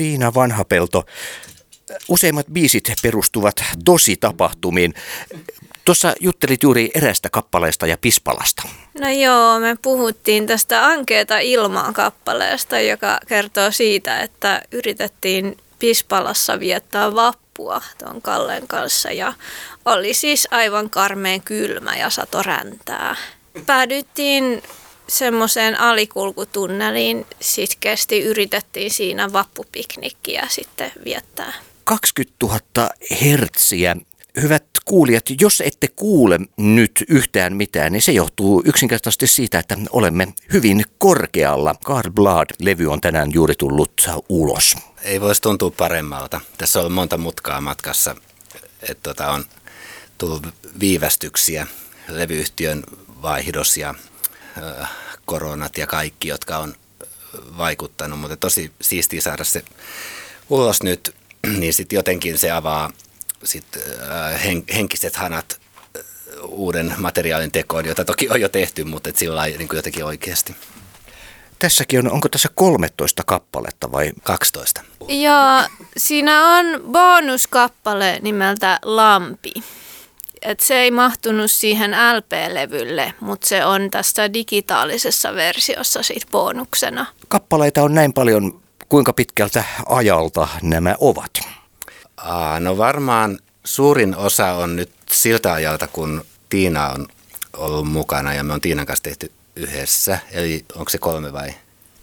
Tiina Vanhapelto. Useimmat biisit perustuvat tositapahtumiin. Tuossa juttelit juuri erästä kappaleesta ja Pispalasta. No joo, me puhuttiin tästä Ankeeta ilmaa kappaleesta, joka kertoo siitä, että yritettiin Pispalassa viettää vappua tuon Kallen kanssa ja oli siis aivan karmeen kylmä ja sato räntää. Päädyttiin semmoiseen alikulkutunneliin sitkeästi, yritettiin siinä vappupiknikkiä sitten viettää. 20 000 hertsiä. Hyvät kuulijat, jos ette kuule nyt yhtään mitään, niin se johtuu yksinkertaisesti siitä, että olemme hyvin korkealla. Karl Blad-levy on tänään juuri tullut ulos. Ei voisi tuntua paremmalta. Tässä on ollut monta mutkaa matkassa, että on tullut viivästyksiä, levyyhtiön vaihdos ja koronat ja kaikki, jotka on vaikuttanut, mutta tosi siistiä saada se ulos nyt, niin sitten jotenkin se avaa henkiset hanat uuden materiaalin tekoon, jota toki on jo tehty, mutta sillä niin jotenkin oikeasti. Tässäkin onko tässä 13 kappaletta vai 12? Ja siinä on bonuskappale nimeltä Lampi. Et se ei mahtunut siihen LP-levylle, mutta se on tässä digitaalisessa versiossa sit bonuksena. Kappaleita on näin paljon, kuinka pitkältä ajalta nämä ovat? No varmaan suurin osa on nyt siltä ajalta, kun Tiina on ollut mukana ja me on Tiinan kanssa tehty yhdessä. Eli onko se 3 vai?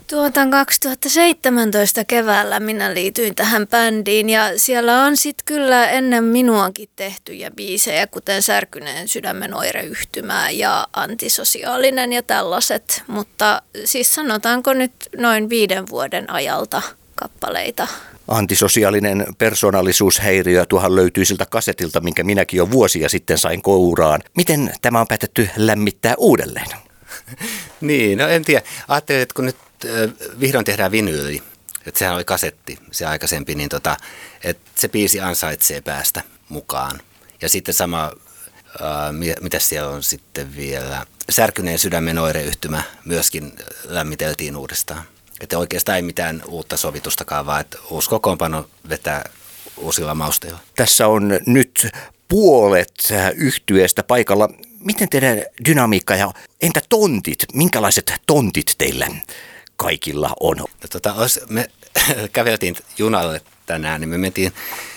2017 keväällä minä liityin tähän bändiin ja siellä on sitten kyllä ennen minuakin tehtyjä biisejä, kuten Särkyneen sydämen oireyhtymää ja Antisosiaalinen ja tällaiset. Mutta siis sanotaanko nyt noin 5 vuoden ajalta kappaleita. Antisosiaalinen persoonallisuushäiriö, tuohan löytyy siltä kasetilta, minkä minäkin jo vuosia sitten sain kouraan. Miten tämä on päätetty lämmittää uudelleen? Niin, no en tiedä. Ajattelin, että kun nyt vihdoin tehdään vinyyli, että sehän oli kasetti, se aikaisempi, niin että se biisi ansaitsee päästä mukaan. Ja sitten sama, mitä siellä on sitten vielä, Särkyneen sydämen oireyhtymä myöskin lämmiteltiin uudestaan. Että oikeastaan ei mitään uutta sovitustakaan, vaan että uusi kokoonpano vetää uusilla mausteilla. Tässä on nyt puolet yhtyeestä paikalla. Miten teidän dynamiikka ja entä tontit? Minkälaiset tontit teillä kaikilla on? Me käveltiin junalle tänään, niin me mentiin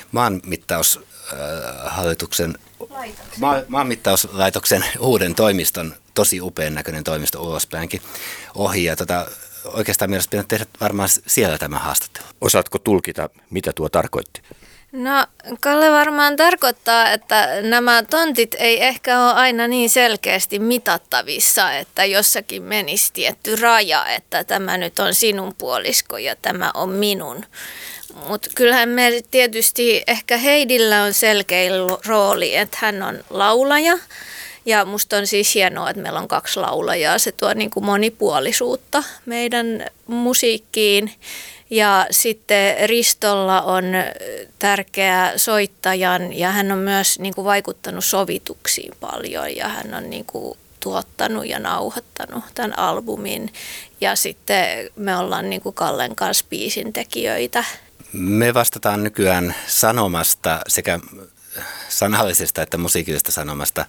maanmittauslaitoksen uuden toimiston, tosi upean näköinen toimisto ulospäinkin ohi. Ja oikeastaan mielestäni pitää tehdä varmaan siellä tämä haastattelu. Osaatko tulkita, mitä tuo tarkoitti? No, Kalle varmaan tarkoittaa, että nämä tontit ei ehkä ole aina niin selkeästi mitattavissa, että jossakin menisi tietty raja, että tämä nyt on sinun puolisko ja tämä on minun. Mutta kyllähän me tietysti ehkä Heidillä on selkeä rooli, että hän on laulaja. Ja musta on siis hienoa, että meillä on 2 laulajaa. Se tuo niin kuin monipuolisuutta meidän musiikkiin. Ja sitten Ristolla on tärkeä soittajan ja hän on myös niin kuin vaikuttanut sovituksiin paljon ja hän on niin kuin tuottanut ja nauhoittanut tämän albumin. Ja sitten me ollaan niin kuin Kallen kanssa biisintekijöitä. Me vastataan nykyään sanomasta sekä sanallisesta että musiikillisesta sanomasta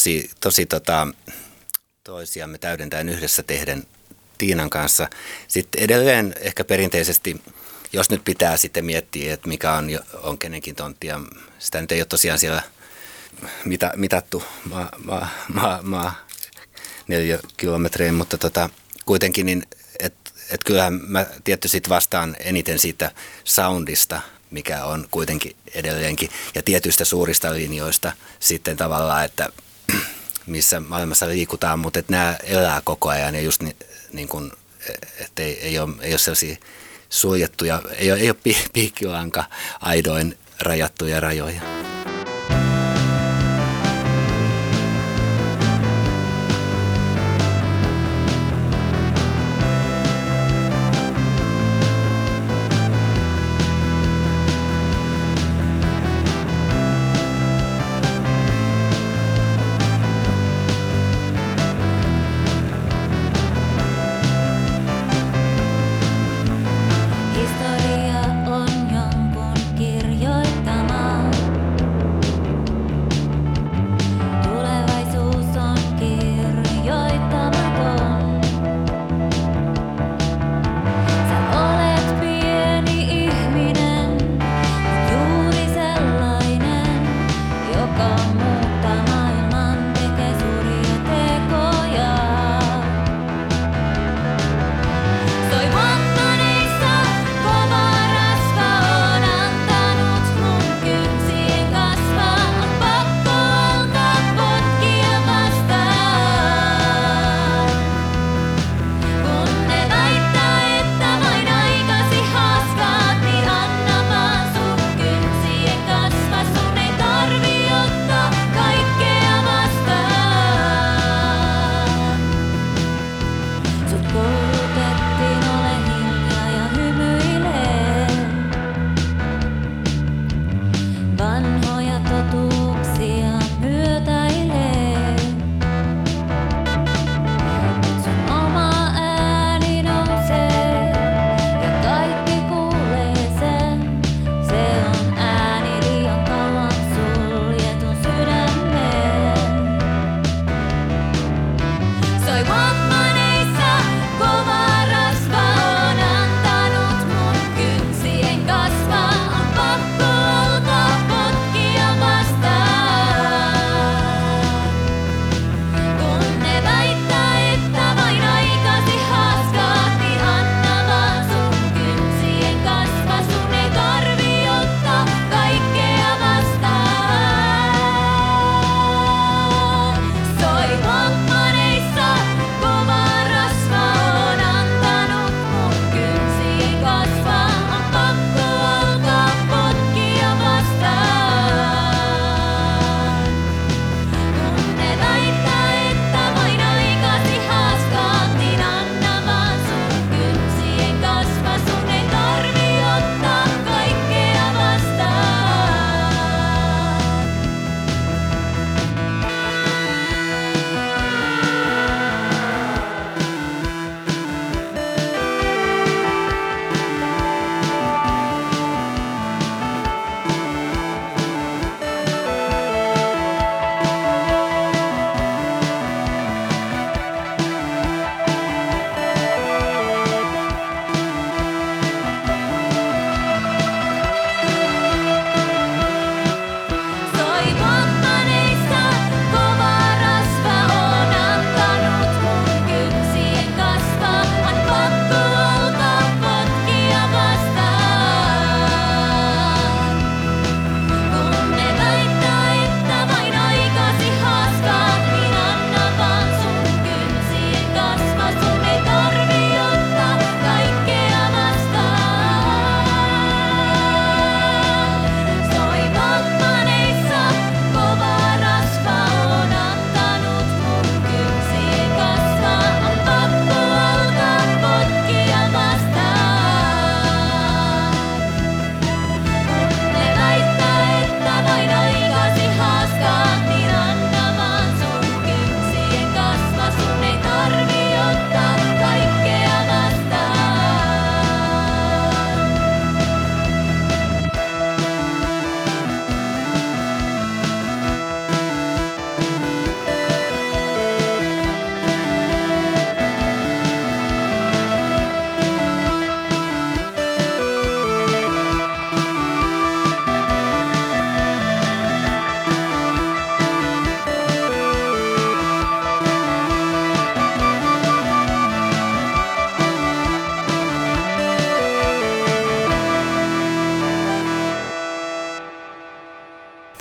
toisiamme täydentäen yhdessä tehden Tiinan kanssa. Sitten edelleen ehkä perinteisesti, jos nyt pitää sitten miettiä, että mikä on kenenkin tonttia, sitä nyt ei ole tosiaan siellä mitattu neliökilometrein, mutta kuitenkin, niin, että kyllähän mä tietty sit vastaan eniten siitä soundista, mikä on kuitenkin edelleenkin, ja tietyistä suurista linjoista sitten tavallaan, että missä maailmassa liikutaan, mutta että nämä elää koko ajan ja just niin kuin, että ei ole sellaisia suljettuja, ei ole piikkilanka aidoin rajattuja rajoja. Historia on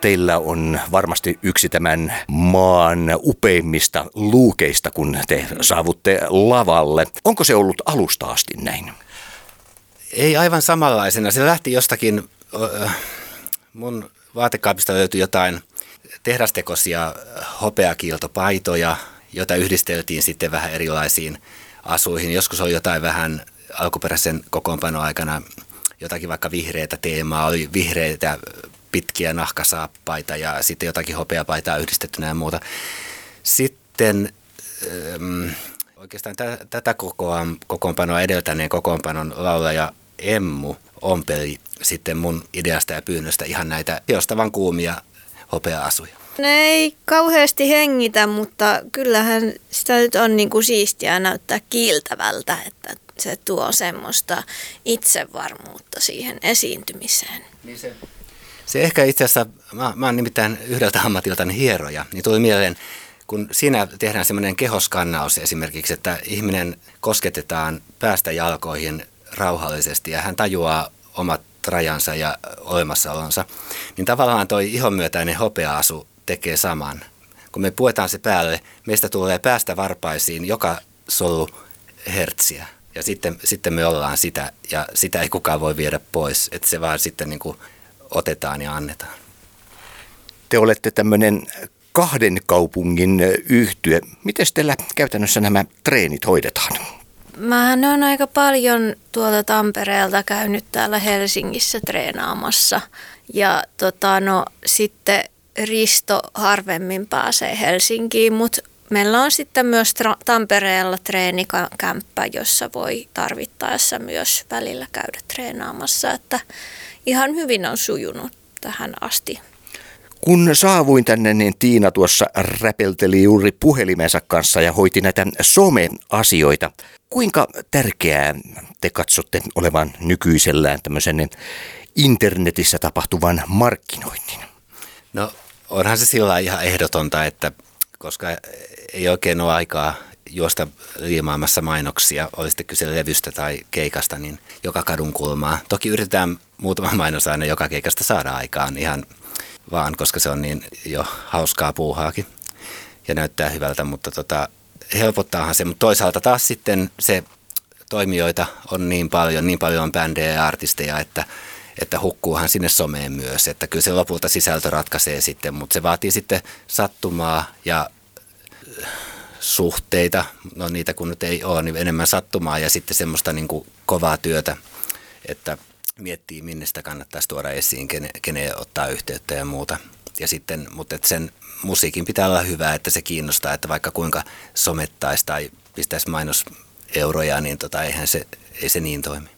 teillä on varmasti yksi tämän maan upeimmista luukeista, kun te saavutte lavalle. Onko se ollut alusta asti näin? Ei aivan samanlaisena. Se lähti jostakin, mun vaatekaapista löytyi jotain tehdastekoisia hopeakiiltopaitoja, joita yhdisteltiin sitten vähän erilaisiin asuihin. Joskus oli jotain vähän alkuperäisen kokoonpanoaikana jotakin vaikka vihreitä teemaa, oli vihreitä pitkiä nahkasaappaita ja sitten jotakin hopeapaitaa yhdistettynä ja muuta. Sitten oikeastaan tätä kokoonpanoa edeltäneen kokoonpanon laulaja Emmu ompeli sitten mun ideasta ja pyynnöstä ihan näitä jostavan kuumia hopea-asuja. Ne ei kauheasti hengitä, mutta kyllähän sitä nyt on niin kuin siistiä näyttää kiiltävältä, että se tuo semmoista itsevarmuutta siihen esiintymiseen. Niin se ehkä itse asiassa, mä oon nimittäin yhdeltä ammatiltani hieroja, niin tuli mieleen, kun siinä tehdään semmoinen kehoskannaus esimerkiksi, että ihminen kosketetaan päästä jalkoihin rauhallisesti ja hän tajuaa omat rajansa ja olemassaolonsa, niin tavallaan toi ihonmyötäinen hopea-asu tekee saman. Kun me puetaan se päälle, meistä tulee päästä varpaisiin joka solu hertsiä. Ja sitten me ollaan sitä, ja sitä ei kukaan voi viedä pois, että se vaan sitten niin kuin otetaan ja annetaan. Te olette tämmöinen 2 kaupungin yhtye. Miten teillä käytännössä nämä treenit hoidetaan? Mähän olen aika paljon tuolta Tampereelta käynyt täällä Helsingissä treenaamassa ja sitten Risto harvemmin pääsee Helsinkiin, mutta meillä on sitten myös Tampereella treenikämppä, jossa voi tarvittaessa myös välillä käydä treenaamassa, että ihan hyvin on sujunut tähän asti. Kun saavuin tänne, niin Tiina tuossa räpelteli juuri puhelimensa kanssa ja hoiti näitä some-asioita. Kuinka tärkeää te katsotte olevan nykyisellään tämmöisen internetissä tapahtuvan markkinoinnin? No onhan se sillä ihan ehdotonta, että koska ei oikein ole aikaa juosta liimaamassa mainoksia, oli sitten kyse levystä tai keikasta, niin joka kadun kulmaa. Toki yritetään muutama mainos aina joka keikasta saada aikaan ihan vaan, koska se on niin jo hauskaa puuhaakin ja näyttää hyvältä, mutta helpottaahan se. Mutta toisaalta taas sitten se toimijoita on niin paljon on bändejä ja artisteja, että hukkuuhan sinne someen myös. Että kyllä se lopulta sisältö ratkaisee sitten, mutta se vaatii sitten sattumaa ja suhteita, no niitä kun nyt ei ole, niin enemmän sattumaa ja sitten semmoista niin kuin kovaa työtä, että miettii minne sitä kannattaisi tuoda esiin, kenen ottaa yhteyttä ja muuta. Ja sitten, mutta että sen musiikin pitää olla hyvä, että se kiinnostaa, että vaikka kuinka somettaisi tai pistäisi mainoseuroja, niin ei se niin toimi.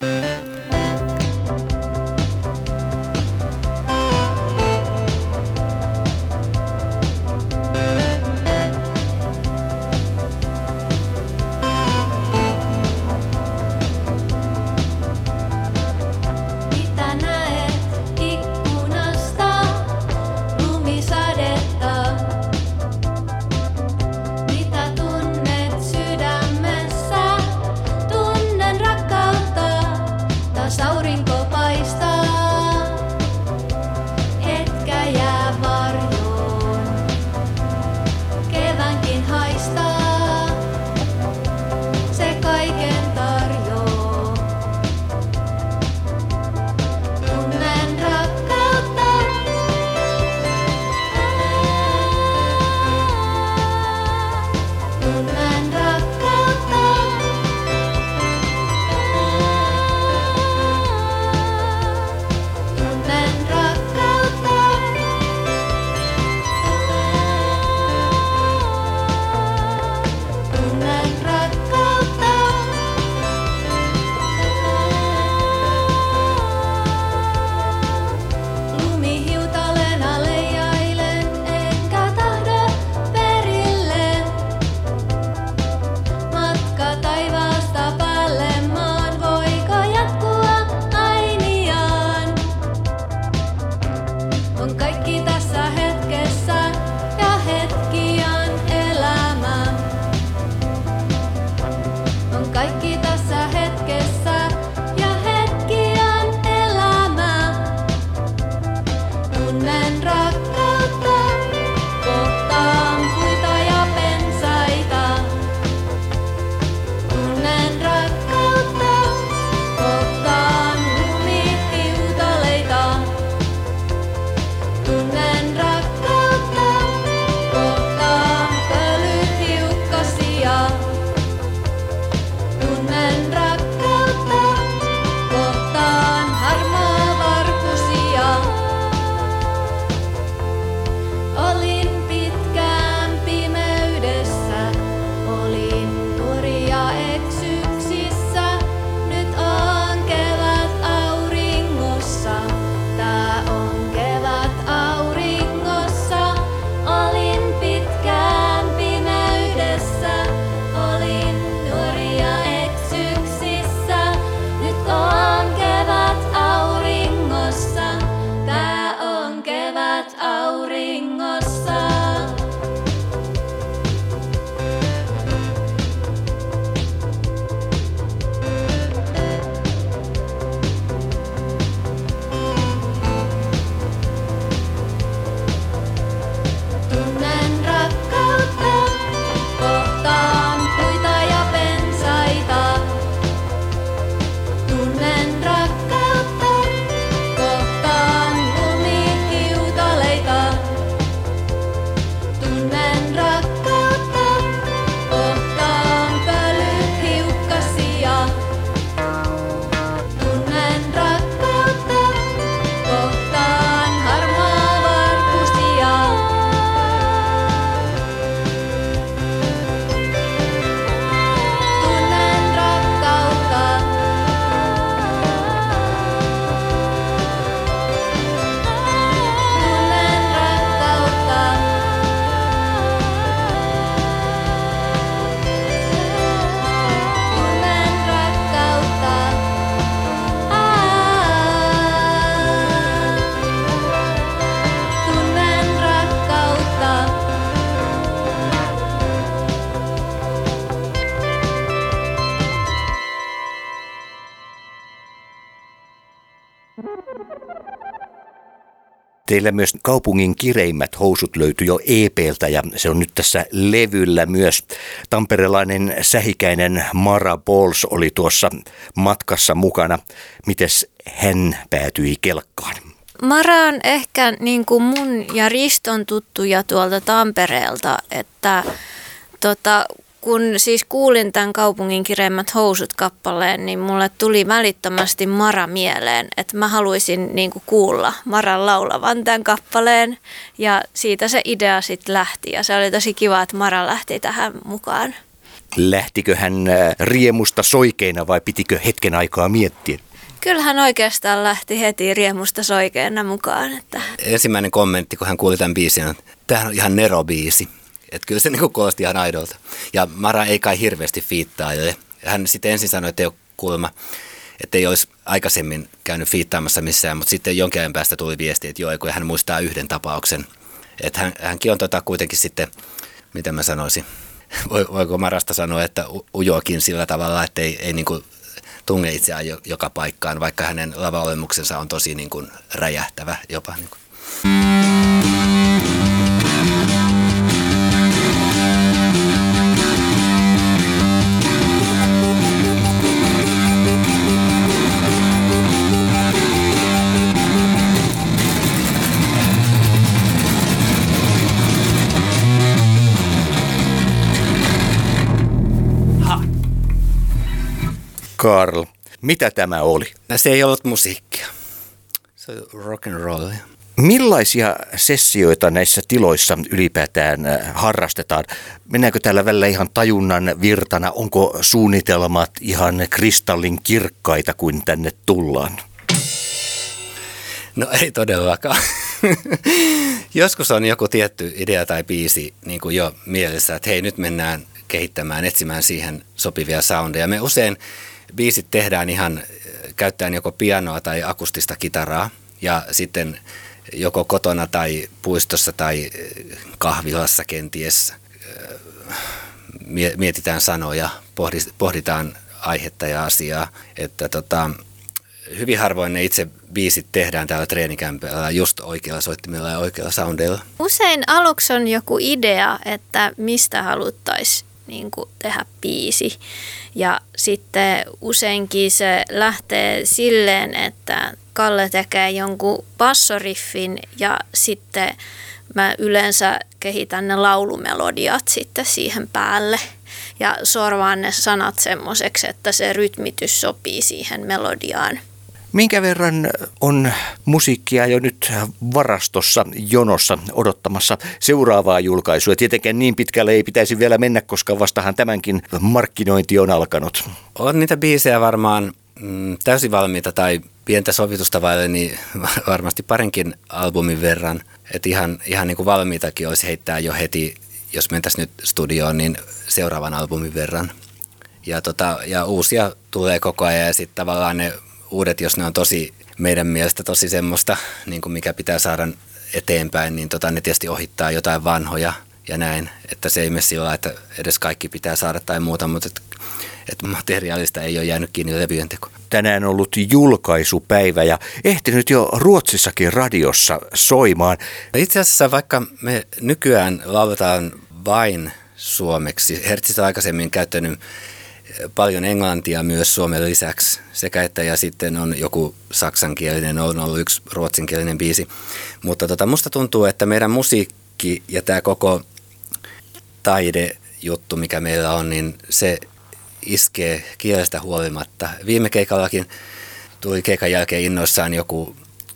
Teillä myös kaupungin kireimmät housut löytyi jo EP:ltä ja se on nyt tässä levyllä myös. Tamperelainen sähikäinen Mara Bowles oli tuossa matkassa mukana. Mites hän päätyi kelkkaan? Mara on ehkä niin kuin mun ja Riston tuttuja tuolta Tampereelta, että kun siis kuulin tämän kaupungin kireimmät housut -kappaleen, niin mulle tuli välittömästi Mara mieleen, että mä haluaisin niin kuin kuulla Maran laulavan tämän kappaleen ja siitä se idea sitten lähti ja se oli tosi kiva, että Mara lähti tähän mukaan. Lähtikö hän riemusta soikeina vai pitikö hetken aikaa miettiä? Kyllähän oikeastaan lähti heti riemusta soikeena mukaan. Että. Ensimmäinen kommentti, kun hän kuuli tämän biisin, että tämähän on ihan Nero-biisi. Että kyllä se niin kuulosti ihan aidolta. Ja Mara ei kai hirveästi fiittaajalle. Hän sitten ensin sanoi, että ei ole kuulemma, että ei olisi aikaisemmin käynyt fiittaamassa missään, mutta sitten jonkin ajan päästä tuli viesti, että joo, kun hän muistaa yhden tapauksen. Että hänkin on kuitenkin sitten, mitä mä sanoisin, voiko Marasta sanoa, että ujoakin sillä tavalla, että ei niin kuin tunge itseään joka paikkaan, vaikka hänen lavaolemuksensa on tosi niin kuin räjähtävä jopa. Niin kuin. Karl, mitä tämä oli? Se ei ollut musiikkia. Se oli rock and roll. Millaisia sessioita näissä tiloissa ylipäätään harrastetaan? Mennäänkö täällä välillä ihan tajunnan virtana? Onko suunnitelmat ihan kristallin kirkkaita, kun tänne tullaan? No ei todellakaan. Joskus on joku tietty idea tai biisi niin kuin jo mielessä, että hei, nyt mennään kehittämään, etsimään siihen sopivia soundeja. Me usein biisit tehdään ihan käyttäen joko pianoa tai akustista kitaraa ja sitten joko kotona tai puistossa tai kahvilassa kenties mietitään sanoja, pohditaan aihetta ja asiaa. Että hyvin harvoin ne itse biisit tehdään täällä treenikämpällä just oikealla soittimella ja oikealla soundeilla. Usein aluksi on joku idea, että mistä haluttaisiin niin kuin tehdä biisi. Ja sitten useinkin se lähtee silleen, että Kalle tekee jonkun bassoriffin ja sitten mä yleensä kehitän ne laulumelodiat sitten siihen päälle. Ja sorvaan ne sanat semmoiseksi, että se rytmitys sopii siihen melodiaan. Minkä verran on musiikkia jo nyt varastossa, jonossa odottamassa seuraavaa julkaisua? Tietenkään niin pitkälle ei pitäisi vielä mennä, koska vastahan tämänkin markkinointi on alkanut. On niitä biisejä varmaan täysin valmiita tai pientä sovitusta vaille, niin varmasti parinkin albumin verran. Että ihan niin kuin valmiitakin olisi heittää jo heti, jos mentäisiin nyt studioon, niin seuraavan albumin verran. Ja uusia tulee koko ajan ja sitten tavallaan ne uudet, jos ne on tosi meidän mielestä tosi semmoista, niin kuin mikä pitää saada eteenpäin, niin ne tietysti ohittaa jotain vanhoja ja näin. Että se ei mene sillä, että edes kaikki pitää saada tai muuta, mutta että materiaalista ei ole jäänyt kiinni levyjen teko. Tänään on ollut julkaisupäivä ja ehtinyt jo Ruotsissakin radiossa soimaan. Itse asiassa vaikka me nykyään lauletaan vain suomeksi, Hertzis on aikaisemmin käyttänyt paljon englantia myös suomen lisäksi sekä että ja sitten on joku saksankielinen, on ollut yksi ruotsinkielinen biisi. Mutta musta tuntuu, että meidän musiikki ja tämä koko taidejuttu, mikä meillä on, niin se iskee kielestä huolimatta. Viime keikallakin tuli keikan jälkeen innoissaan joku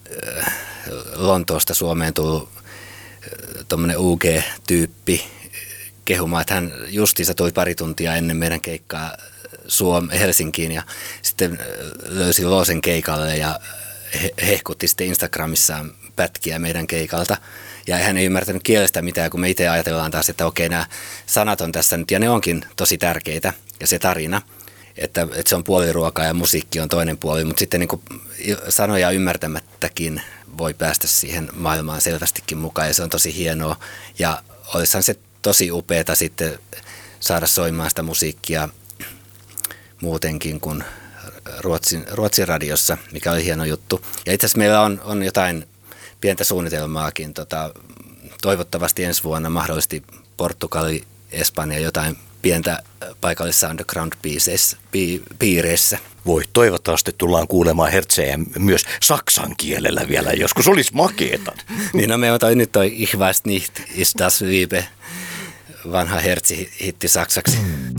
Lontoosta Suomeen tullut tommonen UG-tyyppi kehumaan, että hän justiinsa tuli pari tuntia ennen meidän keikkaa Helsinkiin ja sitten löysi Loosen keikalle ja hehkutti sitten Instagramissaan pätkiä meidän keikalta. Ja hän ei ymmärtänyt kielestä mitään, kun me itse ajatellaan taas, että okei, nämä sanat on tässä nyt ja ne onkin tosi tärkeitä ja se tarina, että se on puoli ruokaa ja musiikki on toinen puoli, mutta sitten niin kuin sanoja ymmärtämättäkin voi päästä siihen maailmaan selvästikin mukaan ja se on tosi hienoa ja olisihan se tosi upeata sitten saada soimaan sitä musiikkia muutenkin kuin Ruotsin radiossa, mikä oli hieno juttu. Ja itse asiassa meillä on jotain pientä suunnitelmaakin. Toivottavasti ensi vuonna mahdollisesti Portugali, Espanja, jotain pientä paikallisessa underground-piireissä. Voi, toivottavasti tullaan kuulemaan hertsejä myös saksan kielellä vielä, joskus olisi makeeta. Niin, no me otan nyt toi Ich weiß nicht, ist das Liebe, vanha hertsi-hitti saksaksi.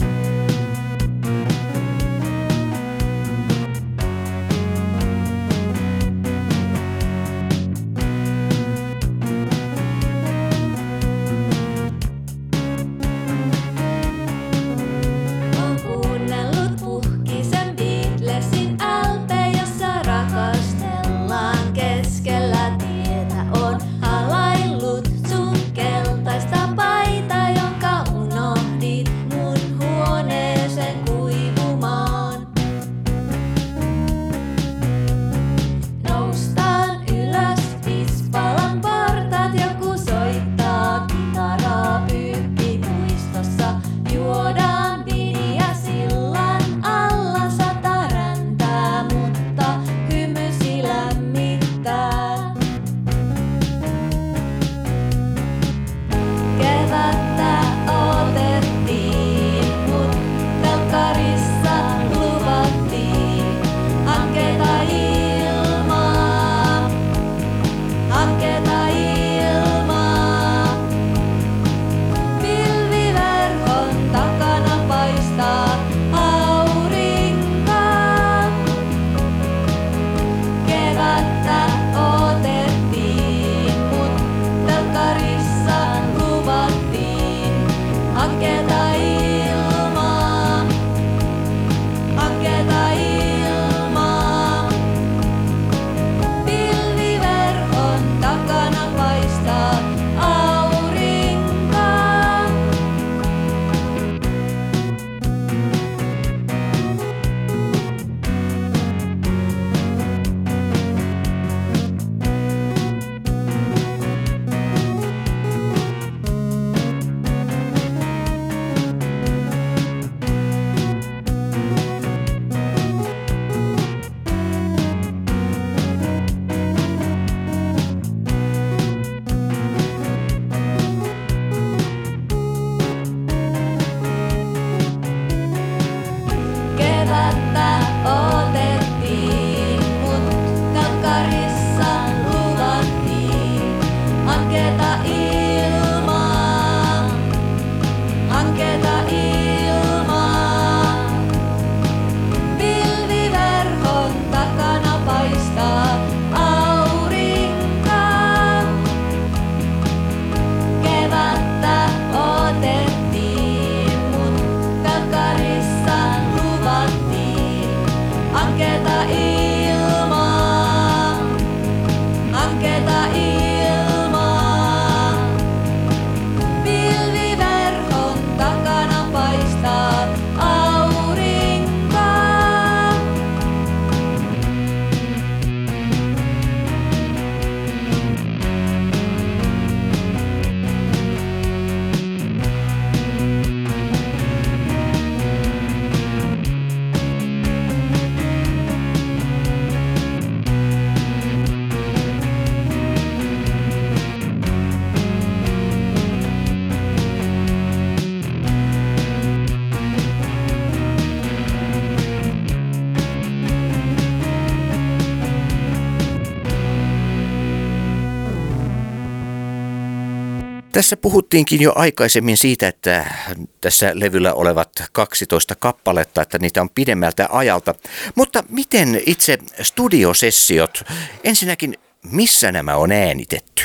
Tässä puhuttiinkin jo aikaisemmin siitä, että tässä levyllä olevat 12 kappaletta, että niitä on pidemmältä ajalta. Mutta miten itse studiosessiot, ensinnäkin missä nämä on äänitetty?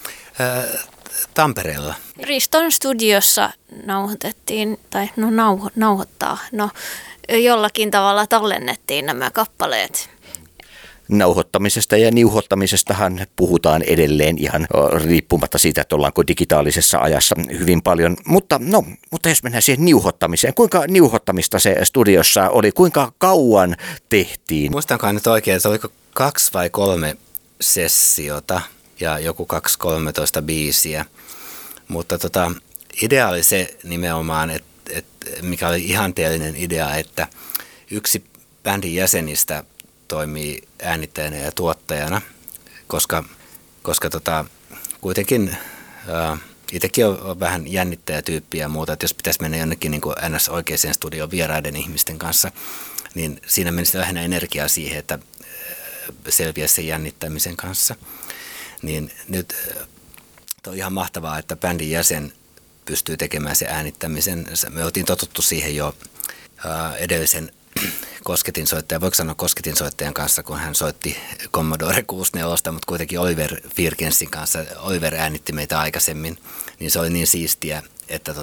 Tampereella. Riston studiossa nauhoitettiin, tai nauhoittaa, jollakin tavalla tallennettiin nämä kappaleet. Nauhoittamisesta ja niuhottamisestahan puhutaan edelleen ihan riippumatta siitä, että ollaanko digitaalisessa ajassa hyvin paljon. Mutta jos mennään siihen niuhottamiseen, kuinka niuhottamista se studiossa oli, kuinka kauan tehtiin? Muistanko nyt oikein, että oliko 2 vai 3 sessiota ja joku 2-13 biisiä, mutta idea oli se nimenomaan, mikä oli ihanteellinen idea, että yksi bändin jäsenistä toimii äänittäjänä ja tuottajana, koska kuitenkin itsekin on vähän jännittäjätyyppiä ja muuta, että jos pitäisi mennä jonnekin niin kuin NS oikeaan studioon vieraiden ihmisten kanssa, niin siinä menisi lähinnä energiaa siihen, että selviää sen jännittämisen kanssa. Niin nyt on ihan mahtavaa, että bändin jäsen pystyy tekemään sen äänittämisen. Me oltiin totuttu siihen jo edellisen kosketinsoittajan, voiko sanoa kosketinsoittajan kanssa, kun hän soitti Commodore 64, mutta kuitenkin Oliver Firgensin kanssa. Oliver äänitti meitä aikaisemmin, niin se oli niin siistiä, että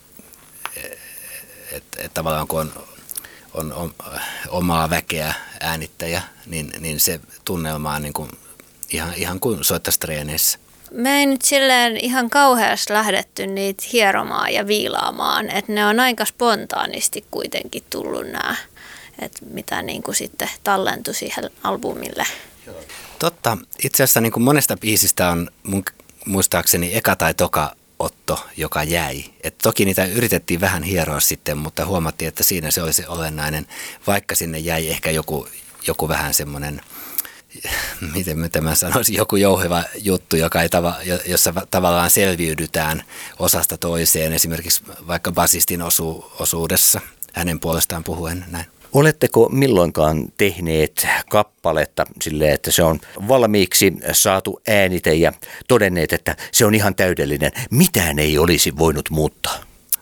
tavallaan kun on omaa väkeä äänittäjä, niin se tunnelma on niin kuin ihan kuin soittaisi treeneissä. Me ei nyt silleen ihan kauheasti lähdetty niitä hieromaan ja viilaamaan, että ne on aika spontaanisti kuitenkin tullut nämä, että mitä niin kuin sitten tallentui siihen albumille. Totta. Itse asiassa niin kuin monesta biisistä on mun muistaakseni eka tai toka otto, joka jäi. Et toki niitä yritettiin vähän hieroa sitten, mutta huomattiin, että siinä se oli se olennainen, vaikka sinne jäi ehkä joku vähän semmoinen, miten mä sanoisin, joku jouheva juttu, jossa tavallaan selviydytään osasta toiseen, esimerkiksi vaikka basistin osuudessa, hänen puolestaan puhuen näin. Oletteko milloinkaan tehneet kappaletta silleen, että se on valmiiksi saatu äänite ja todenneet, että se on ihan täydellinen? Mitään ei olisi voinut muuttaa.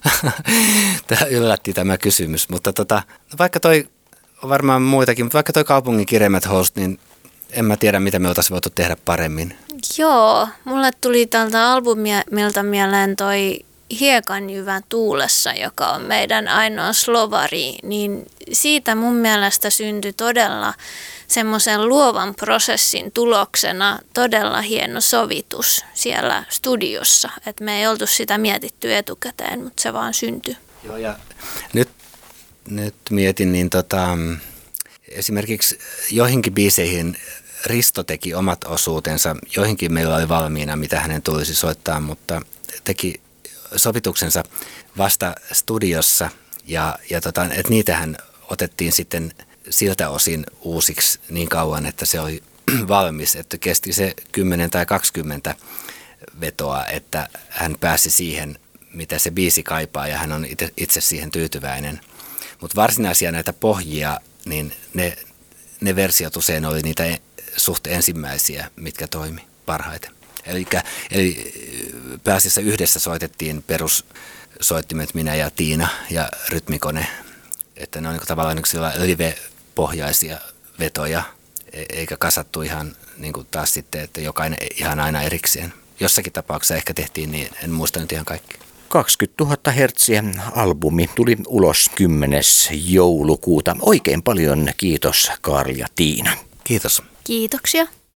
Tämä yllätti tämä kysymys, mutta vaikka toi on varmaan muitakin, mutta vaikka toi Kaupungin kirjaimet host, niin en mä tiedä, mitä me oltaisiin voitu tehdä paremmin. Joo, mulle tuli tältä albumilta mieleen toi Hiekanjyvä tuulessa, joka on meidän ainoa slovari, niin siitä mun mielestä syntyi todella semmoisen luovan prosessin tuloksena todella hieno sovitus siellä studiossa. Et me ei oltu sitä mietitty etukäteen, mutta se vaan syntyi. Joo, ja nyt mietin, niin esimerkiksi joihinkin biiseihin Risto teki omat osuutensa. Joihinkin meillä oli valmiina, mitä hänen tulisi soittaa, mutta teki sovituksensa vasta studiossa ja että niitähän otettiin sitten siltä osin uusiksi niin kauan, että se oli valmis, että kesti se 10 tai 20 vetoa, että hän pääsi siihen, mitä se biisi kaipaa ja hän on itse siihen tyytyväinen. Mutta varsinaisia näitä pohjia, niin ne versiot usein oli niitä suht ensimmäisiä, mitkä toimi parhaiten. Eli pääasiassa yhdessä soitettiin perussoittimet, minä ja Tiina ja rytmikone, että ne on niin tavallaan live-pohjaisia vetoja, eikä kasattu ihan niin kuin taas sitten, että jokainen ihan aina erikseen. Jossakin tapauksessa ehkä tehtiin niin, en muista nyt ihan kaikki. 20 000 hertsiä albumi tuli ulos 10. joulukuuta. Oikein paljon kiitos Karl ja Tiina. Kiitos. Kiitoksia.